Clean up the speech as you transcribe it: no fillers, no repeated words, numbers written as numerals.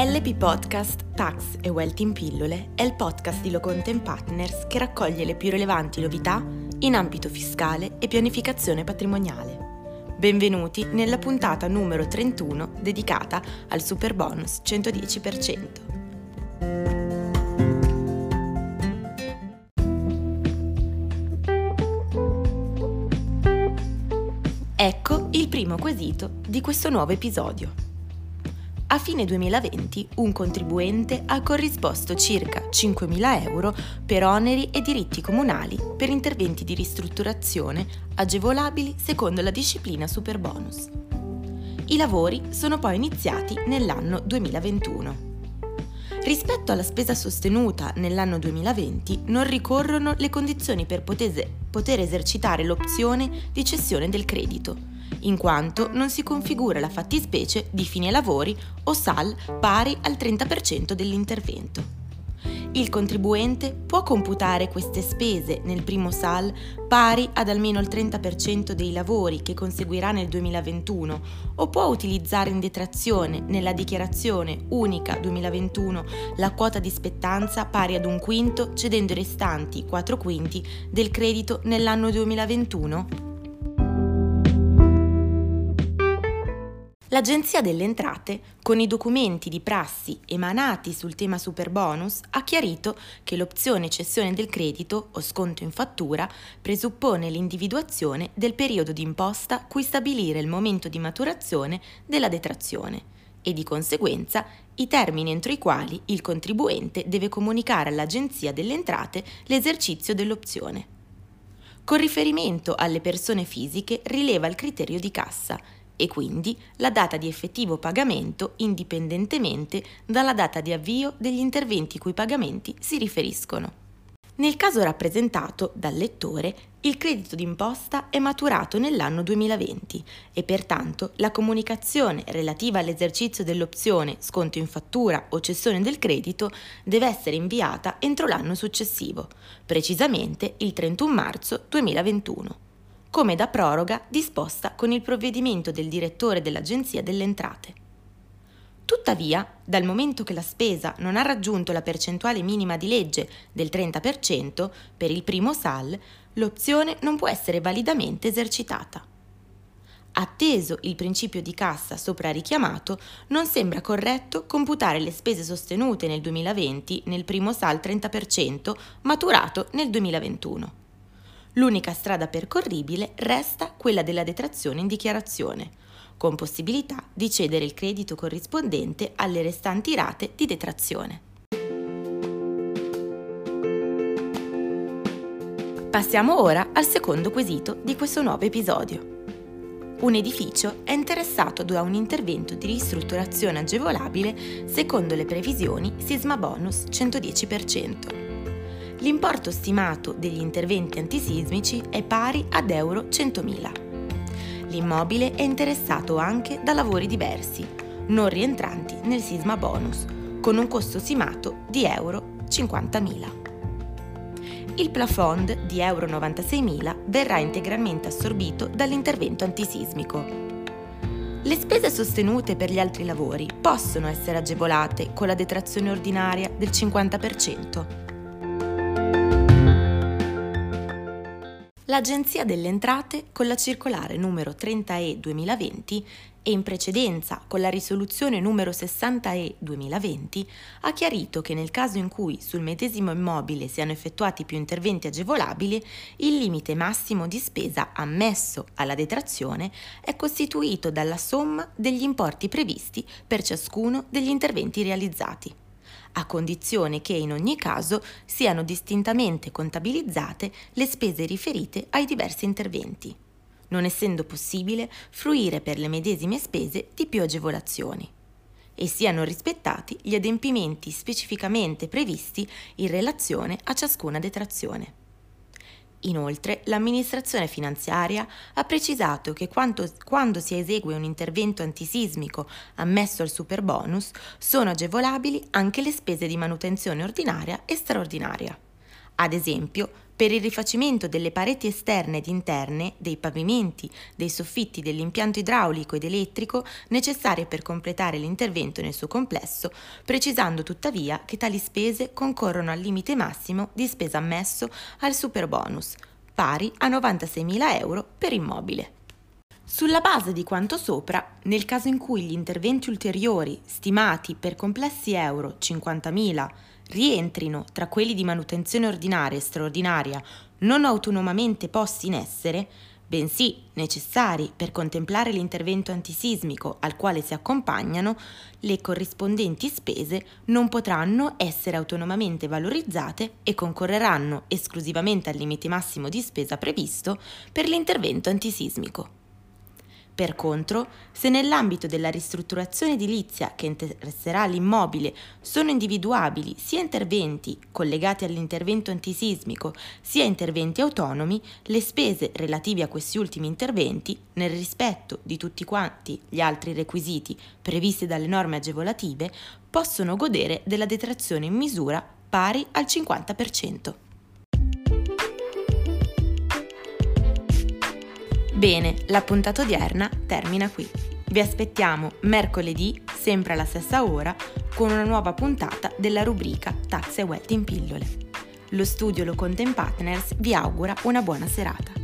LP Podcast Tax e Wealth in pillole è il podcast di Loconte Partners che raccoglie le più rilevanti novità in ambito fiscale e pianificazione patrimoniale. Benvenuti nella puntata numero 31 dedicata al Superbonus 110%. Ecco il primo quesito di questo nuovo episodio. A fine 2020 un contribuente ha corrisposto circa 5.000 euro per oneri e diritti comunali per interventi di ristrutturazione agevolabili secondo la disciplina Superbonus. I lavori sono poi iniziati nell'anno 2021. Rispetto alla spesa sostenuta nell'anno 2020 non ricorrono le condizioni per poter esercitare l'opzione di cessione del credito, in quanto non si configura la fattispecie di fine lavori o SAL pari al 30% dell'intervento. Il contribuente può computare queste spese nel primo SAL pari ad almeno il 30% dei lavori che conseguirà nel 2021 o può utilizzare in detrazione nella dichiarazione unica 2021 la quota di spettanza pari ad un quinto cedendo i restanti 4 quinti del credito nell'anno 2021? L'Agenzia delle Entrate, con i documenti di prassi emanati sul tema Superbonus, ha chiarito che l'opzione cessione del credito o sconto in fattura presuppone l'individuazione del periodo d'imposta cui stabilire il momento di maturazione della detrazione e di conseguenza i termini entro i quali il contribuente deve comunicare all'Agenzia delle Entrate l'esercizio dell'opzione. Con riferimento alle persone fisiche rileva il criterio di cassa e quindi la data di effettivo pagamento indipendentemente dalla data di avvio degli interventi cui i pagamenti si riferiscono. Nel caso rappresentato dal lettore, il credito d'imposta è maturato nell'anno 2020 e pertanto la comunicazione relativa all'esercizio dell'opzione sconto in fattura o cessione del credito deve essere inviata entro l'anno successivo, precisamente il 31 marzo 2021. Come da proroga disposta con il provvedimento del direttore dell'Agenzia delle Entrate. Tuttavia, dal momento che la spesa non ha raggiunto la percentuale minima di legge del 30% per il primo SAL, l'opzione non può essere validamente esercitata. Atteso il principio di cassa sopra richiamato, non sembra corretto computare le spese sostenute nel 2020 nel primo SAL 30% maturato nel 2021. L'unica strada percorribile resta quella della detrazione in dichiarazione, con possibilità di cedere il credito corrispondente alle restanti rate di detrazione. Passiamo ora al secondo quesito di questo nuovo episodio. Un edificio è interessato da un intervento di ristrutturazione agevolabile secondo le previsioni Sisma Bonus 110%. L'importo stimato degli interventi antisismici è pari ad euro 100.000. L'immobile è interessato anche da lavori diversi, non rientranti nel Sisma Bonus, con un costo stimato di euro 50.000. Il plafond di euro 96.000 verrà integralmente assorbito dall'intervento antisismico. Le spese sostenute per gli altri lavori possono essere agevolate con la detrazione ordinaria del 50%. L'Agenzia delle Entrate, con la circolare numero 30E 2020 e in precedenza con la risoluzione numero 60E 2020, ha chiarito che nel caso in cui sul medesimo immobile siano effettuati più interventi agevolabili, il limite massimo di spesa ammesso alla detrazione è costituito dalla somma degli importi previsti per ciascuno degli interventi realizzati, a condizione che in ogni caso siano distintamente contabilizzate le spese riferite ai diversi interventi, non essendo possibile fruire per le medesime spese di più agevolazioni, e siano rispettati gli adempimenti specificamente previsti in relazione a ciascuna detrazione. Inoltre, l'amministrazione finanziaria ha precisato che quando si esegue un intervento antisismico ammesso al Superbonus, sono agevolabili anche le spese di manutenzione ordinaria e straordinaria, Ad esempio, per il rifacimento delle pareti esterne ed interne, dei pavimenti, dei soffitti dell'impianto idraulico ed elettrico necessarie per completare l'intervento nel suo complesso, precisando tuttavia che tali spese concorrono al limite massimo di spesa ammesso al superbonus, pari a 96.000 euro per immobile. Sulla base di quanto sopra, nel caso in cui gli interventi ulteriori, stimati per complessi euro 50.000, rientrino tra quelli di manutenzione ordinaria e straordinaria non autonomamente posti in essere, bensì necessari per contemplare l'intervento antisismico al quale si accompagnano, le corrispondenti spese non potranno essere autonomamente valorizzate e concorreranno esclusivamente al limite massimo di spesa previsto per l'intervento antisismico. Per contro, se nell'ambito della ristrutturazione edilizia che interesserà l'immobile sono individuabili sia interventi collegati all'intervento antisismico sia interventi autonomi, le spese relative a questi ultimi interventi, nel rispetto di tutti quanti gli altri requisiti previsti dalle norme agevolative, possono godere della detrazione in misura pari al 50%. Bene, la puntata odierna termina qui. Vi aspettiamo mercoledì, sempre alla stessa ora, con una nuova puntata della rubrica Tax e Wealth in pillole. Lo studio Locontent Partners vi augura una buona serata.